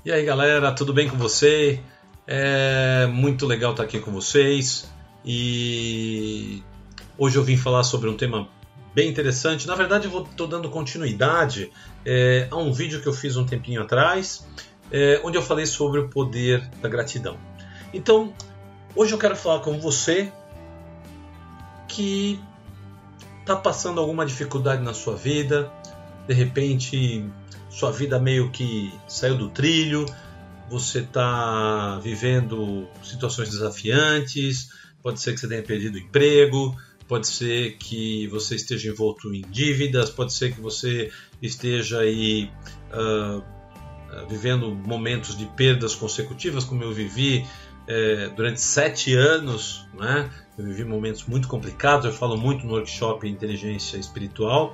E aí galera, tudo bem com você? É muito legal estar aqui com vocês e hoje eu vim falar sobre um tema bem interessante. Na verdade eu estou dando continuidade a um vídeo que eu fiz um tempinho atrás, onde eu falei sobre o poder da gratidão. Então hoje eu quero falar com você que está passando alguma dificuldade na sua vida, de repente sua vida meio que saiu do trilho, você está vivendo situações desafiantes, pode ser que você tenha perdido o emprego, pode ser que você esteja envolto em dívidas, pode ser que você esteja aí vivendo momentos de perdas consecutivas, como eu vivi durante 7 anos, né? Eu vivi momentos muito complicados, eu falo muito no workshop Inteligência Espiritual.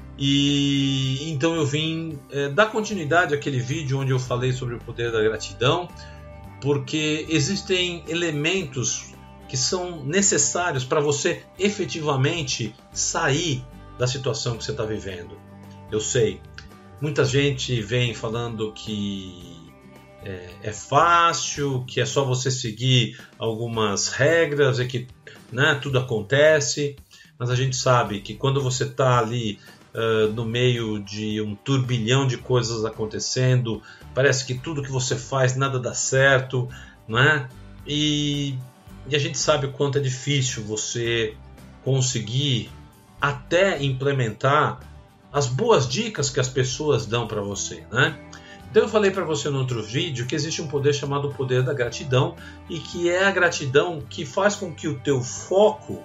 E então eu vim dar continuidade àquele vídeo onde eu falei sobre o poder da gratidão, porque existem elementos que são necessários para você efetivamente sair da situação que você está vivendo. Eu sei, muita gente vem falando que é fácil, que é só você seguir algumas regras e que, né, tudo acontece, mas a gente sabe que quando você está ali no meio de um turbilhão de coisas acontecendo, parece que tudo que você faz nada dá certo, né? E a gente sabe o quanto é difícil você conseguir até implementar as boas dicas que as pessoas dão para você, né? Então eu falei para você no outro vídeo que existe um poder chamado poder da gratidão, e que é a gratidão que faz com que o teu foco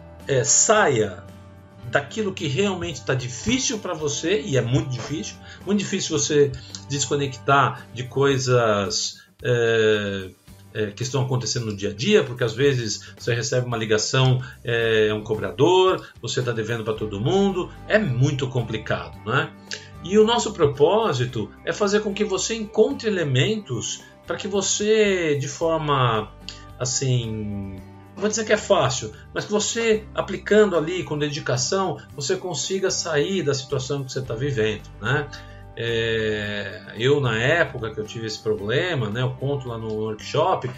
saia daquilo que realmente está difícil para você, e é muito difícil você desconectar de coisas que estão acontecendo no dia a dia, porque às vezes você recebe uma ligação, é um cobrador, você está devendo para todo mundo, é muito complicado, né? E o nosso propósito é fazer com que você encontre elementos para que você, de forma assim, não vou dizer que é fácil, mas que você, aplicando ali com dedicação, você consiga sair da situação que você está vivendo, né? Eu, na época que eu tive esse problema, né, eu conto lá no workshop,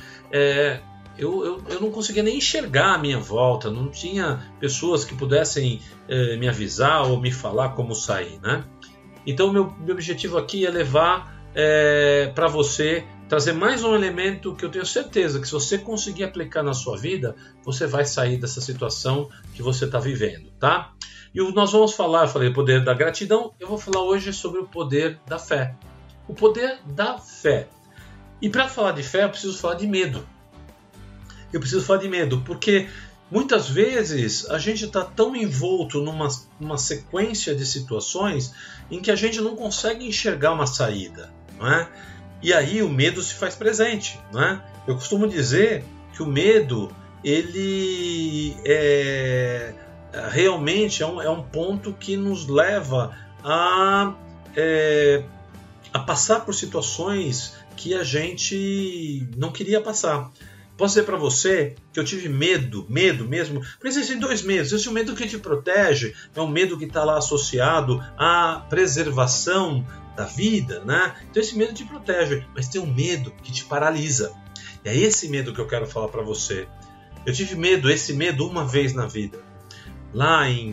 eu não conseguia nem enxergar a minha volta, não tinha pessoas que pudessem me avisar ou me falar como sair, né? Então, meu objetivo aqui é levar para você, trazer mais um elemento que eu tenho certeza que se você conseguir aplicar na sua vida, você vai sair dessa situação que você está vivendo, tá? E nós vamos falar, eu falei o poder da gratidão, eu vou falar hoje sobre o poder da fé. O poder da fé. E para falar de fé, eu preciso falar de medo. Eu preciso falar de medo, porque muitas vezes a gente está tão envolto numa sequência de situações em que a gente não consegue enxergar uma saída, não é? E aí o medo se faz presente, não é? Eu costumo dizer que o medo, ele realmente é um ponto que nos leva a passar por situações que a gente não queria passar. Posso dizer para você que eu tive medo mesmo, porque existem 2 medos. Existe o medo que te protege, é um medo que está lá associado à preservação da vida, né? Então esse medo te protege, mas tem um medo que te paralisa. E é esse medo que eu quero falar para você. Eu tive esse medo uma vez na vida. Lá em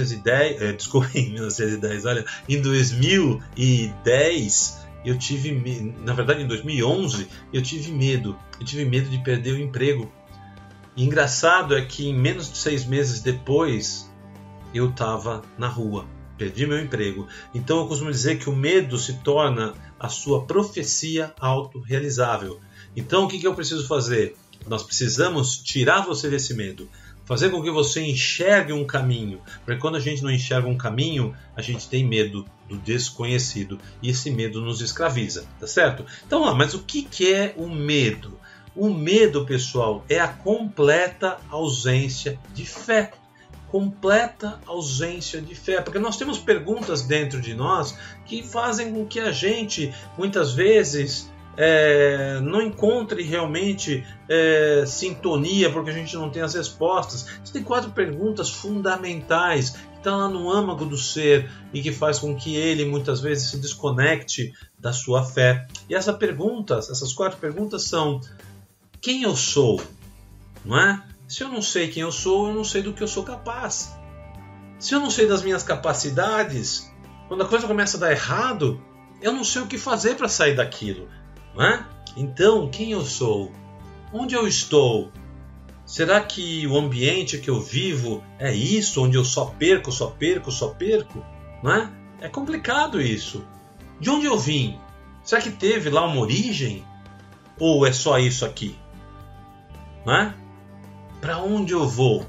1910, olha, em 2010, eu tive, na verdade em 2011, eu tive medo de perder o emprego. E engraçado é que em menos de 6 meses depois, eu estava na rua, perdi meu emprego. Então eu costumo dizer que o medo se torna a sua profecia autorrealizável. Então o que eu preciso fazer? Nós precisamos tirar você desse medo, fazer com que você enxergue um caminho, porque quando a gente não enxerga um caminho, a gente tem medo do desconhecido, e esse medo nos escraviza, tá certo? Então, mas o que é o medo? O medo, pessoal, é a completa ausência de fé. Completa ausência de fé, porque nós temos perguntas dentro de nós que fazem com que a gente, muitas vezes, não encontre realmente sintonia porque a gente não tem as respostas. Existem 4 perguntas fundamentais que estão lá no âmago do ser e que faz com que ele muitas vezes se desconecte da sua fé. E essas 4 perguntas são: quem eu sou? Não é? Se eu não sei quem eu não sei do que eu sou capaz. Se eu não sei das minhas capacidades, quando a coisa começa a dar errado, eu não sei o que fazer para sair daquilo. Não é? Então, quem eu sou? Onde eu estou? Será que o ambiente que eu vivo é isso, onde eu só perco? Não é? É complicado isso. De onde eu vim? Será que teve lá uma origem? Ou é só isso aqui? Não é? Para onde eu vou?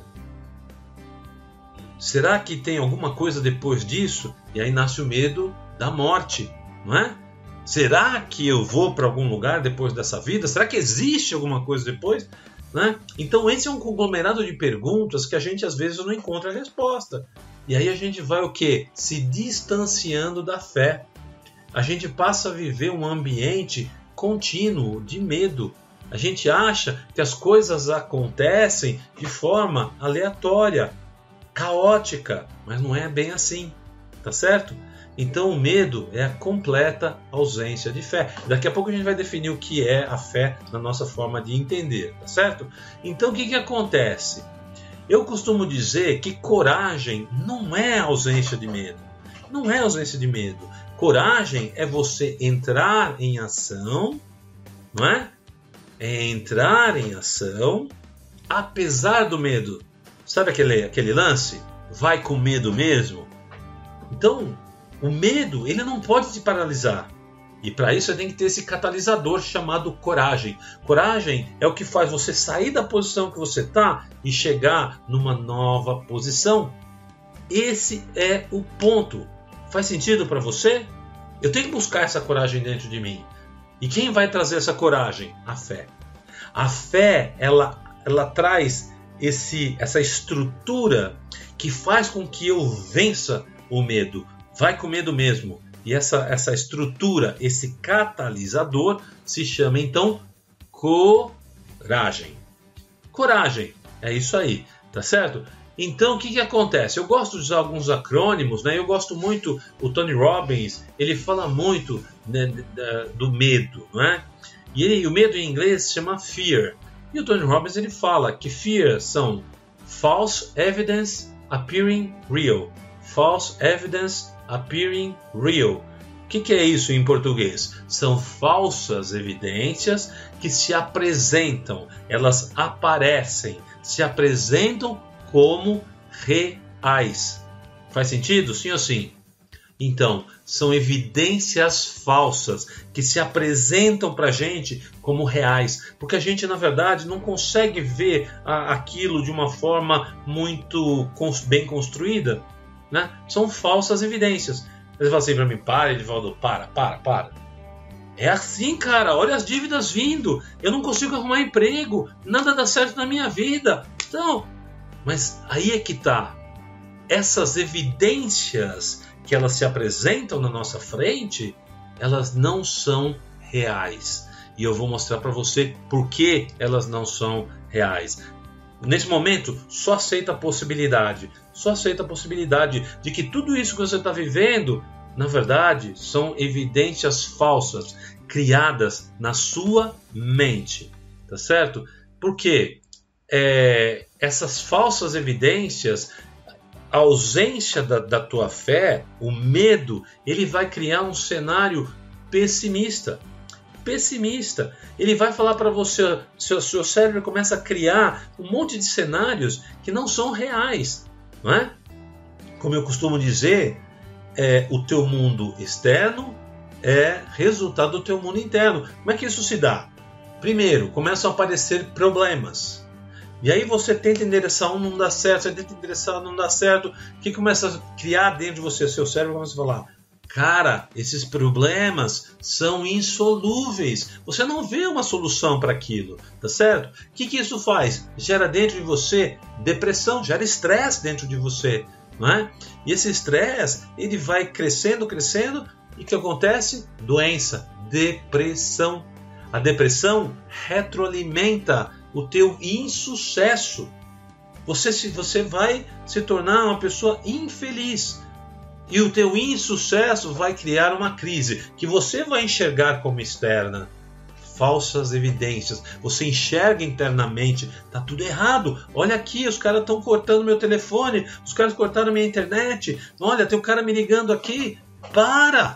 Será que tem alguma coisa depois disso? E aí nasce o medo da morte, não é? Será que eu vou para algum lugar depois dessa vida? Será que existe alguma coisa depois? Né? Então esse é um conglomerado de perguntas que a gente às vezes não encontra a resposta. E aí a gente vai o quê? Se distanciando da fé. A gente passa a viver um ambiente contínuo de medo. A gente acha que as coisas acontecem de forma aleatória, caótica, mas não é bem assim, tá certo? Então o medo é a completa ausência de fé. Daqui a pouco a gente vai definir o que é a fé na nossa forma de entender, tá certo? Então o que acontece? Eu costumo dizer que coragem não é ausência de medo. Não é ausência de medo. Coragem é você entrar em ação, não é? É entrar em ação apesar do medo. Sabe aquele lance? Vai com medo mesmo? Então, o medo, ele não pode te paralisar. E para isso você tem que ter esse catalisador chamado coragem. Coragem é o que faz você sair da posição que você está e chegar numa nova posição. Esse é o ponto. Faz sentido para você? Eu tenho que buscar essa coragem dentro de mim. E quem vai trazer essa coragem? A fé. A fé, ela traz essa estrutura que faz com que eu vença o medo. Vai com medo mesmo. E essa estrutura, esse catalisador, se chama então coragem. Coragem, é isso aí, tá certo? Então o que acontece? Eu gosto de usar alguns acrônimos, né? Eu gosto muito, o Tony Robbins, ele fala muito, né, do medo, né? E o medo em inglês se chama fear. E o Tony Robbins ele fala que fear são false evidence appearing real. False evidence appearing real. O que é isso em português? São falsas evidências que se apresentam, elas aparecem, se apresentam como reais. Faz sentido? Sim ou sim? Então, são evidências falsas que se apresentam para a gente como reais, porque a gente, na verdade, não consegue ver aquilo de uma forma muito bem construída, né? São falsas evidências. Você fala assim para mim: para, Edivaldo, para. É assim, cara, olha as dívidas vindo, eu não consigo arrumar emprego, nada dá certo na minha vida. Então, mas aí é que tá. Essas evidências que elas se apresentam na nossa frente, elas não são reais. E eu vou mostrar para você por que elas não são reais. Nesse momento, só aceita a possibilidade. Só aceita a possibilidade de que tudo isso que você está vivendo, na verdade, são evidências falsas, criadas na sua mente. Tá certo? Por quê? Essas falsas evidências, a ausência da tua fé, o medo, ele vai criar um cenário pessimista. Ele vai falar para você, seu cérebro começa a criar um monte de cenários que não são reais, não é? Como eu costumo dizer, o teu mundo externo é resultado do teu mundo interno. Como é que isso se dá? Primeiro, começam a aparecer problemas. E aí você tenta endereçar um, não dá certo, você tenta endereçar, não dá certo. O que começa a criar dentro de você? Seu cérebro começa a falar: cara, esses problemas são insolúveis. Você não vê uma solução para aquilo, tá certo? O que isso faz? Gera dentro de você depressão, gera estresse dentro de você, não é? E esse estresse, ele vai crescendo, e o que acontece? Doença, depressão. A depressão retroalimenta o teu insucesso. Você vai se tornar uma pessoa infeliz. E o teu insucesso vai criar uma crise que você vai enxergar como externa. Falsas evidências. Você enxerga internamente, tá tudo errado. Olha aqui, os caras estão cortando meu telefone, os caras cortaram minha internet. Olha, tem um cara me ligando aqui. Para!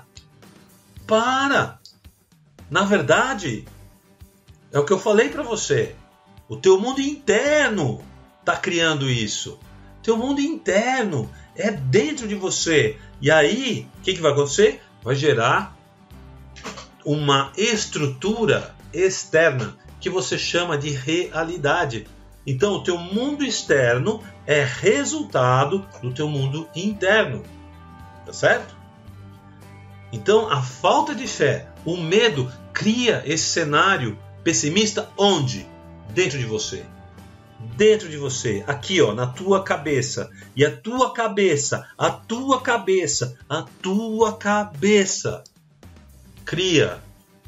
Na verdade, é o que eu falei para você. O teu mundo interno está criando isso. Teu mundo interno é dentro de você. E aí, o que vai acontecer? Vai gerar uma estrutura externa que você chama de realidade. Então, o teu mundo externo é resultado do teu mundo interno. Tá certo? Então, a falta de fé, o medo, cria esse cenário pessimista onde? Dentro de você. Dentro de você, aqui ó, na tua cabeça. E a tua cabeça cria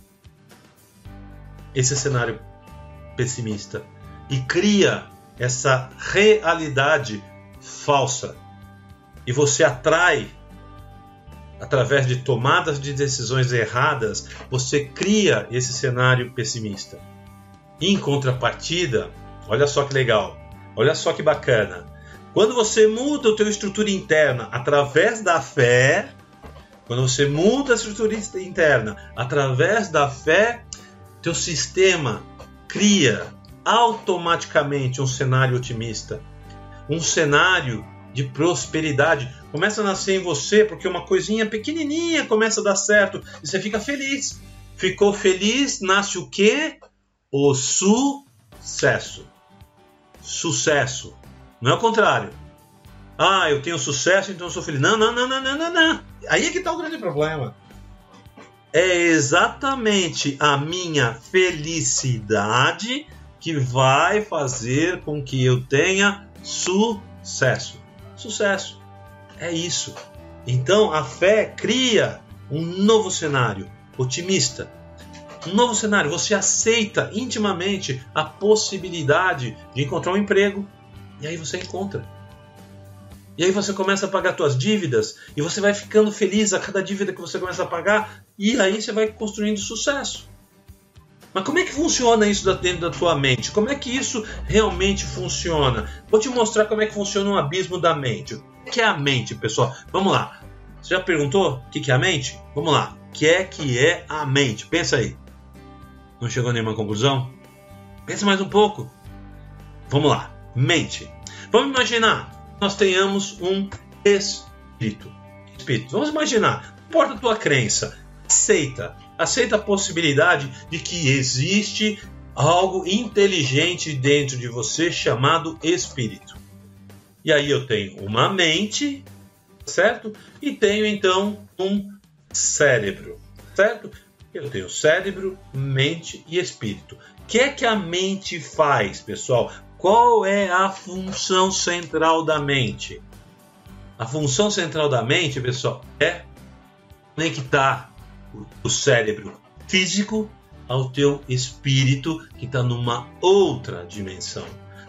esse cenário pessimista e cria essa realidade falsa. E você atrai, através de tomadas de decisões erradas, você cria esse cenário pessimista. Em contrapartida, olha só que legal, olha só que bacana. Quando você muda a tua estrutura interna através da fé, teu sistema cria automaticamente um cenário otimista, um cenário de prosperidade. Começa a nascer em você porque uma coisinha pequenininha começa a dar certo e você fica feliz. Ficou feliz, nasce o quê? O sucesso. Sucesso. Não é o contrário. Ah, eu tenho sucesso, então eu sou feliz. Não. Aí é que está o grande problema. É exatamente a minha felicidade que vai fazer com que eu tenha sucesso. Sucesso. É isso. Então a fé cria um novo cenário otimista. Um novo cenário. Você aceita intimamente a possibilidade de encontrar um emprego. E aí você encontra. E aí você começa a pagar suas dívidas. E você vai ficando feliz a cada dívida que você começa a pagar. E aí você vai construindo sucesso. Mas como é que funciona isso dentro da tua mente? Como é que isso realmente funciona? Vou te mostrar como é que funciona um abismo da mente. O que é a mente, pessoal? Vamos lá. Você já perguntou o que é a mente? Vamos lá. O que é a mente? Pensa aí. Não chegou a nenhuma conclusão? Pensa mais um pouco. Vamos lá. Mente. Vamos imaginar que nós tenhamos um espírito. Vamos imaginar. Não importa a tua crença. Aceita a possibilidade de que existe algo inteligente dentro de você chamado espírito. E aí eu tenho uma mente, certo? E tenho então um cérebro, certo? Eu tenho cérebro, mente e espírito. O que é que a mente faz, pessoal? Qual é a função central da mente? A função central da mente, pessoal, é conectar o cérebro físico ao teu espírito que está numa outra dimensão.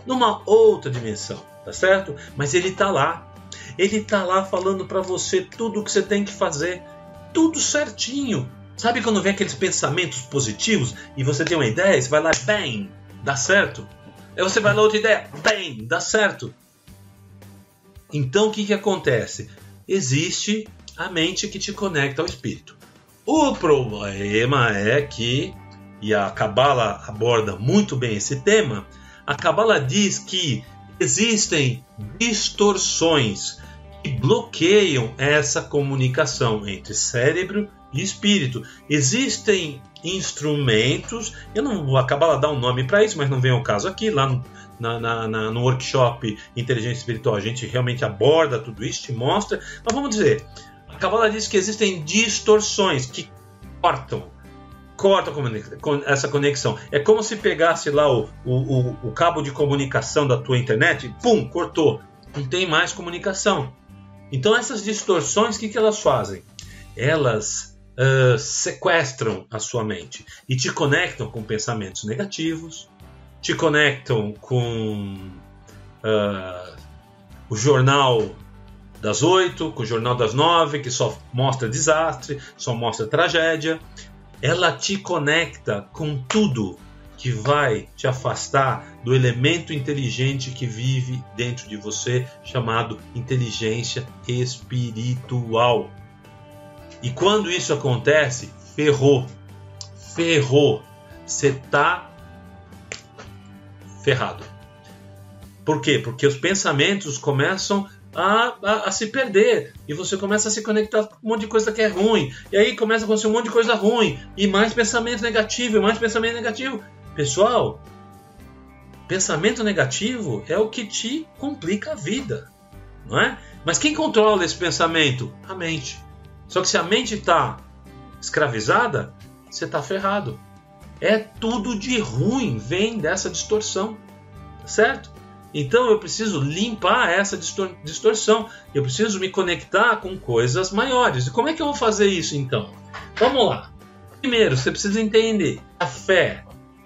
Tá certo? Mas ele está lá. Ele está lá falando para você tudo o que você tem que fazer. Tudo certinho. Sabe quando vem aqueles pensamentos positivos e você tem uma ideia, você vai lá, bem, dá certo. Aí você vai lá, outra ideia, bem, dá certo. Então o que acontece? Existe a mente que te conecta ao espírito. O problema é que, e a Cabala aborda muito bem esse tema, a Cabala diz que existem distorções que bloqueiam essa comunicação entre cérebro e espírito. Existem instrumentos, eu não vou acabar de dar um nome para isso, mas não vem ao caso aqui, lá no workshop Inteligência Espiritual a gente realmente aborda tudo isso, te mostra, mas vamos dizer, a Cabala diz que existem distorções que cortam essa conexão. É como se pegasse lá o cabo de comunicação da tua internet e pum, cortou, não tem mais comunicação. Então essas distorções, o que elas fazem? Elas sequestram a sua mente e te conectam com pensamentos negativos, te conectam com o jornal das 8, com o jornal das 9, que só mostra desastre, só mostra tragédia. Ela te conecta com tudo que vai te afastar do elemento inteligente que vive dentro de você, chamado inteligência espiritual. E quando isso acontece, ferrou. Você está ferrado. Por quê? Porque os pensamentos começam a se perder, e você começa a se conectar com um monte de coisa que é ruim, e aí começa a acontecer um monte de coisa ruim, e mais pensamento negativo, e mais pensamento negativo. Pessoal, pensamento negativo é o que te complica a vida, não é? Mas quem controla esse pensamento? A mente. Só que se a mente está escravizada, você está ferrado. É tudo de ruim, vem dessa distorção, certo? Então eu preciso limpar essa distorção, eu preciso me conectar com coisas maiores. E como é que eu vou fazer isso então? Vamos lá. Primeiro, você precisa entender a fé,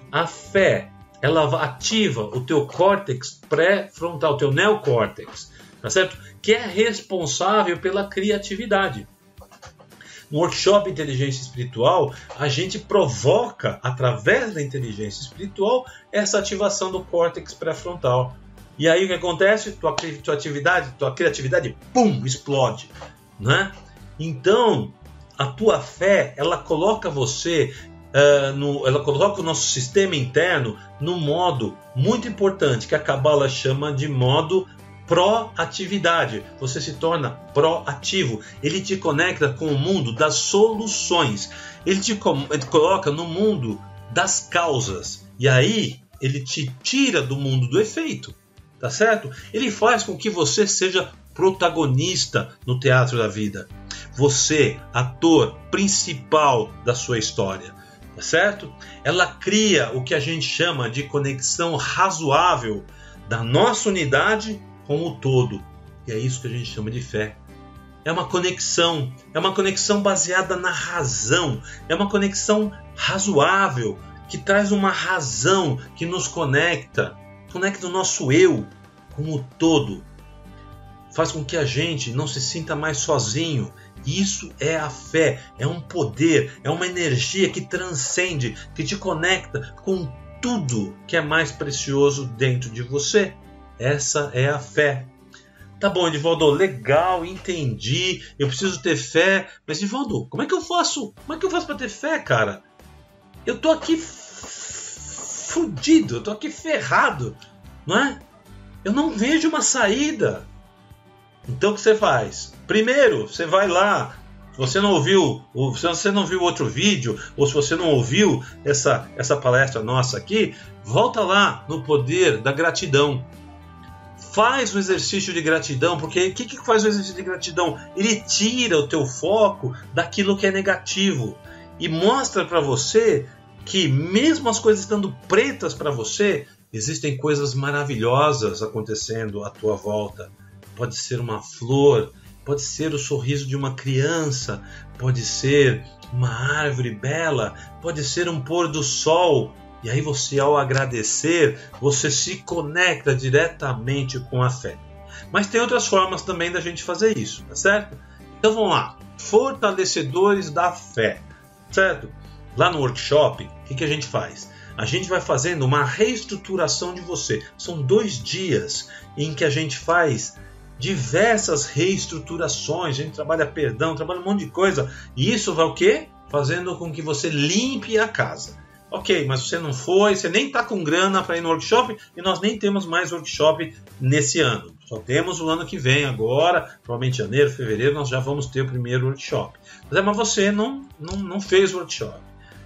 ela ativa o teu córtex pré-frontal, o teu neocórtex, tá certo? Que é responsável pela criatividade. No workshop Inteligência Espiritual, a gente provoca, através da inteligência espiritual, essa ativação do córtex pré-frontal. E aí o que acontece? Tua criatividade, pum, explode, né? Então, a tua fé, ela coloca você, ela coloca o nosso sistema interno no modo muito importante, que a Kabbalah chama de modo proatividade. Você se torna proativo. Ele te conecta com o mundo das soluções. Ele te coloca no mundo das causas. E aí, ele te tira do mundo do efeito. Tá certo? Ele faz com que você seja protagonista no teatro da vida. Você, ator principal da sua história. Tá certo? Ela cria o que a gente chama de conexão razoável da nossa unidade com o todo. E é isso que a gente chama de fé. É uma conexão baseada na razão. É uma conexão razoável, que traz uma razão, que nos conecta o nosso eu com o todo, faz com que a gente não se sinta mais sozinho. Isso é a fé, é um poder, é uma energia que transcende, que te conecta com tudo que é mais precioso dentro de você. Essa é a fé. Tá bom, Edivaldo, legal, entendi, eu preciso ter fé, mas Edivaldo, como é que eu faço para ter fé, cara? Eu tô aqui fudido, eu tô aqui ferrado, não é? Eu não vejo uma saída. Então o que você faz? Primeiro, você vai lá. Se você não ouviu outro vídeo, ou se você não ouviu essa palestra nossa aqui, volta lá no poder da gratidão. Faz o exercício de gratidão, porque o que faz o exercício de gratidão? Ele tira o teu foco daquilo que é negativo e mostra para você que mesmo as coisas estando pretas para você, existem coisas maravilhosas acontecendo à tua volta. Pode ser uma flor, pode ser o sorriso de uma criança, pode ser uma árvore bela, pode ser um pôr do sol. E aí você, ao agradecer, você se conecta diretamente com a fé. Mas tem outras formas também da gente fazer isso, tá certo? Então vamos lá. Fortalecedores da fé, certo? Lá no workshop, o que a gente faz? A gente vai fazendo uma reestruturação de você. São 2 dias em que a gente faz diversas reestruturações. A gente trabalha perdão, trabalha um monte de coisa. E isso vai o quê? Fazendo com que você limpe a casa. Ok, mas você não foi, você nem está com grana para ir no workshop e nós nem temos mais workshop nesse ano. Só temos o ano que vem agora, provavelmente janeiro, fevereiro, nós já vamos ter o primeiro workshop. Mas você não fez o workshop.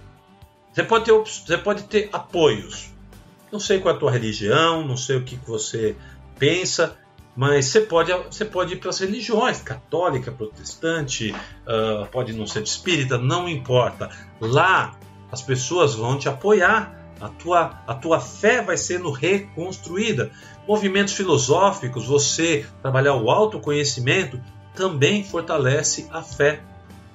Você pode ter apoios. Não sei qual é a tua religião, não sei o que você pensa, mas você pode ir para as religiões, católica, protestante, pode não ser de espírita, não importa. Lá as pessoas vão te apoiar, a tua fé vai sendo reconstruída. Movimentos filosóficos, você trabalhar o autoconhecimento, também fortalece a fé.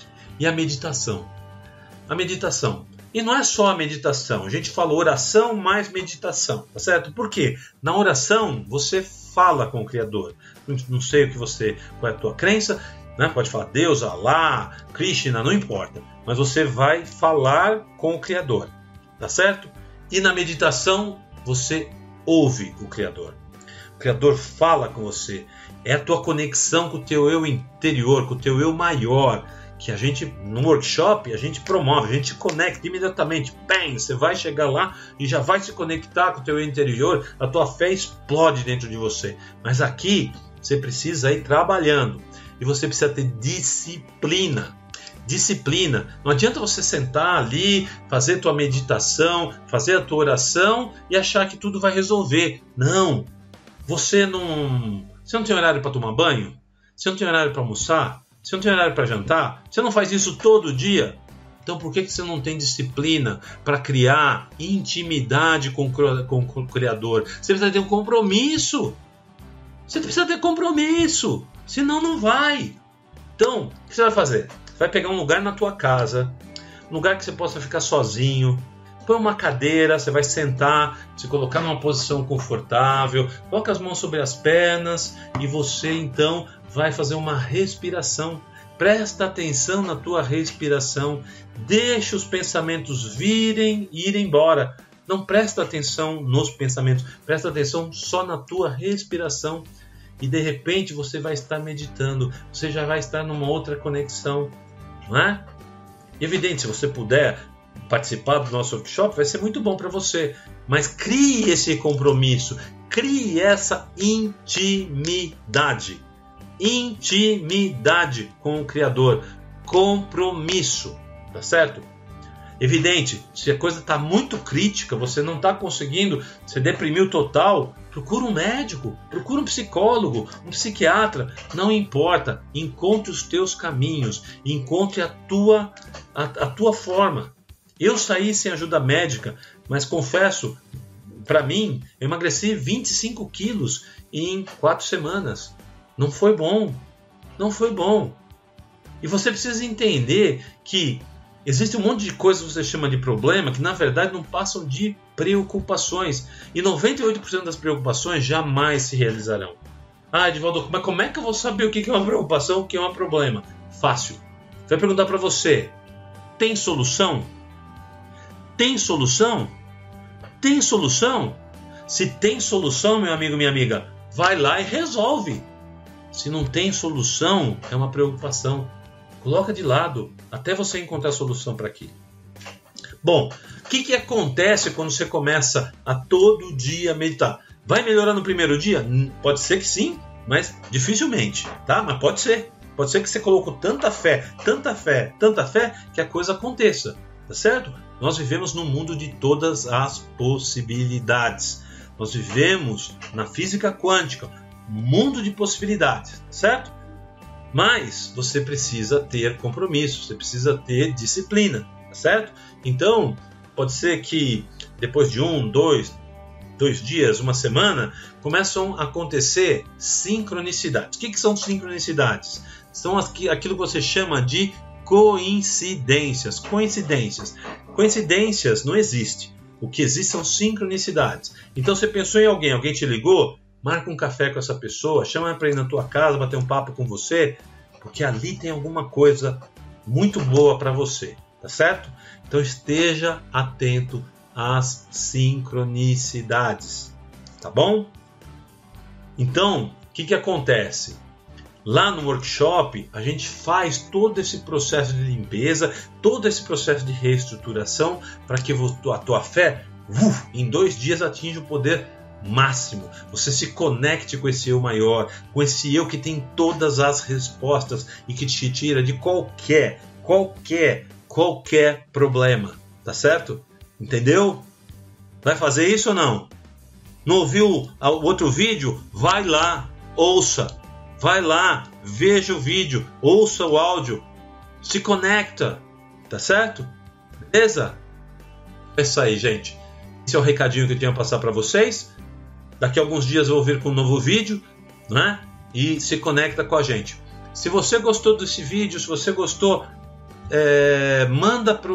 E a meditação. A meditação. E não é só a meditação. A gente fala oração mais meditação, tá certo? Por quê? Na oração você fala com o Criador. Não sei qual é a tua crença, né? Pode falar Deus, Alá, Krishna, não importa. Mas você vai falar com o Criador, tá certo? E na meditação você ouve o Criador. O Criador fala com você. É a tua conexão com o teu eu interior, com o teu eu maior, que a gente, no workshop, a gente promove, a gente conecta imediatamente. Bem, você vai chegar lá e já vai se conectar com o teu eu interior, a tua fé explode dentro de você. Mas aqui, você precisa ir trabalhando. E você precisa ter disciplina. Disciplina. Não adianta você sentar ali, fazer tua meditação, fazer a tua oração e achar que tudo vai resolver. Não. Você não tem horário para tomar banho? Você não tem horário para almoçar? Você não tem horário para jantar? Você não faz isso todo dia? Então por que você não tem disciplina para criar intimidade com o Criador? Você precisa ter um compromisso. Você precisa ter compromisso. Senão não vai. Então, o que você vai fazer? Você vai pegar um lugar na tua casa, um lugar que você possa ficar sozinho. Põe uma cadeira, você vai sentar, se colocar numa posição confortável, coloca as mãos sobre as pernas e você então vai fazer uma respiração. Presta atenção na tua respiração, deixa os pensamentos virem e ir embora. Não presta atenção nos pensamentos, presta atenção só na tua respiração e de repente você vai estar meditando, você já vai estar numa outra conexão, não é? Evidente, se você puder participar do nosso workshop, vai ser muito bom para você. Mas crie esse compromisso, crie essa intimidade. Intimidade com o Criador. Compromisso, tá certo? Evidente, se a coisa está muito crítica, você não está conseguindo, você deprimiu total, procura um médico, procura um psicólogo, um psiquiatra, não importa. Encontre os teus caminhos, encontre a tua forma. Eu saí sem ajuda médica, mas confesso, para mim, eu emagreci 25 quilos em 4 semanas. Não foi bom. Não foi bom. E você precisa entender que existe um monte de coisas que você chama de problema que, na verdade, não passam de preocupações. E 98% das preocupações jamais se realizarão. Ah, Edivaldo, mas como é que eu vou saber o que é uma preocupação e o que é um problema? Fácil. Vai perguntar para você, tem solução? Tem solução? Tem solução? Se tem solução, meu amigo, minha amiga, vai lá e resolve. Se não tem solução, é uma preocupação. Coloca de lado até você encontrar a solução para aqui. Bom, o que acontece quando você começa a todo dia meditar? Vai melhorar no primeiro dia? Pode ser que sim, mas dificilmente, tá? Mas pode ser. Pode ser que você colocou tanta fé, que a coisa aconteça, tá certo? Nós vivemos num mundo de todas as possibilidades. Nós vivemos na física quântica, mundo de possibilidades, certo? Mas você precisa ter compromisso, você precisa ter disciplina, tá certo? Então, pode ser que depois de 1, 2 dias, uma semana, começam a acontecer sincronicidades. O que são sincronicidades? São aquilo que você chama de coincidências. Coincidências não existe. O que existe são sincronicidades. Então você pensou em alguém te ligou, marca um café com essa pessoa, chama para ir na tua casa, bater um papo com você, porque ali tem alguma coisa muito boa para você, tá certo? Então esteja atento às sincronicidades, tá bom? Então, o que acontece? Lá no workshop, a gente faz todo esse processo de limpeza, todo esse processo de reestruturação para que a tua fé, em 2 dias, atinja o poder máximo. Você se conecte com esse eu maior, com esse eu que tem todas as respostas e que te tira de qualquer problema. Tá certo? Entendeu? Vai fazer isso ou não? Não ouviu o outro vídeo? Vai lá, ouça. Vai lá, veja o vídeo, ouça o áudio, se conecta, tá certo? Beleza? É isso aí, gente. Esse é o recadinho que eu tinha a passar para vocês. Daqui a alguns dias eu vou vir com um novo vídeo, né? E se conecta com a gente. Se você gostou desse vídeo, se você gostou manda para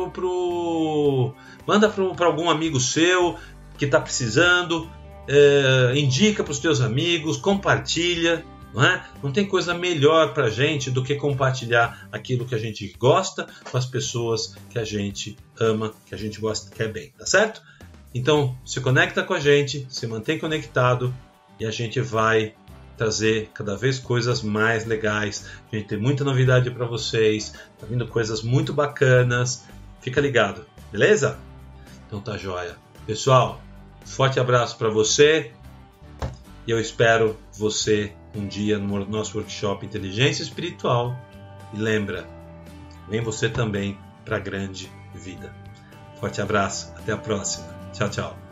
algum amigo seu que está precisando, indica para os teus amigos, compartilha. Não tem coisa melhor para a gente do que compartilhar aquilo que a gente gosta com as pessoas que a gente ama, que a gente gosta, quer bem, tá certo? Então, se conecta com a gente, se mantém conectado e a gente vai trazer cada vez coisas mais legais. A gente tem muita novidade para vocês, tá vindo coisas muito bacanas. Fica ligado, beleza? Então tá joia. Pessoal, forte abraço para você e eu espero você um dia no nosso workshop Inteligência Espiritual. E lembra, vem você também para a grande vida. Forte abraço, até a próxima. Tchau, tchau.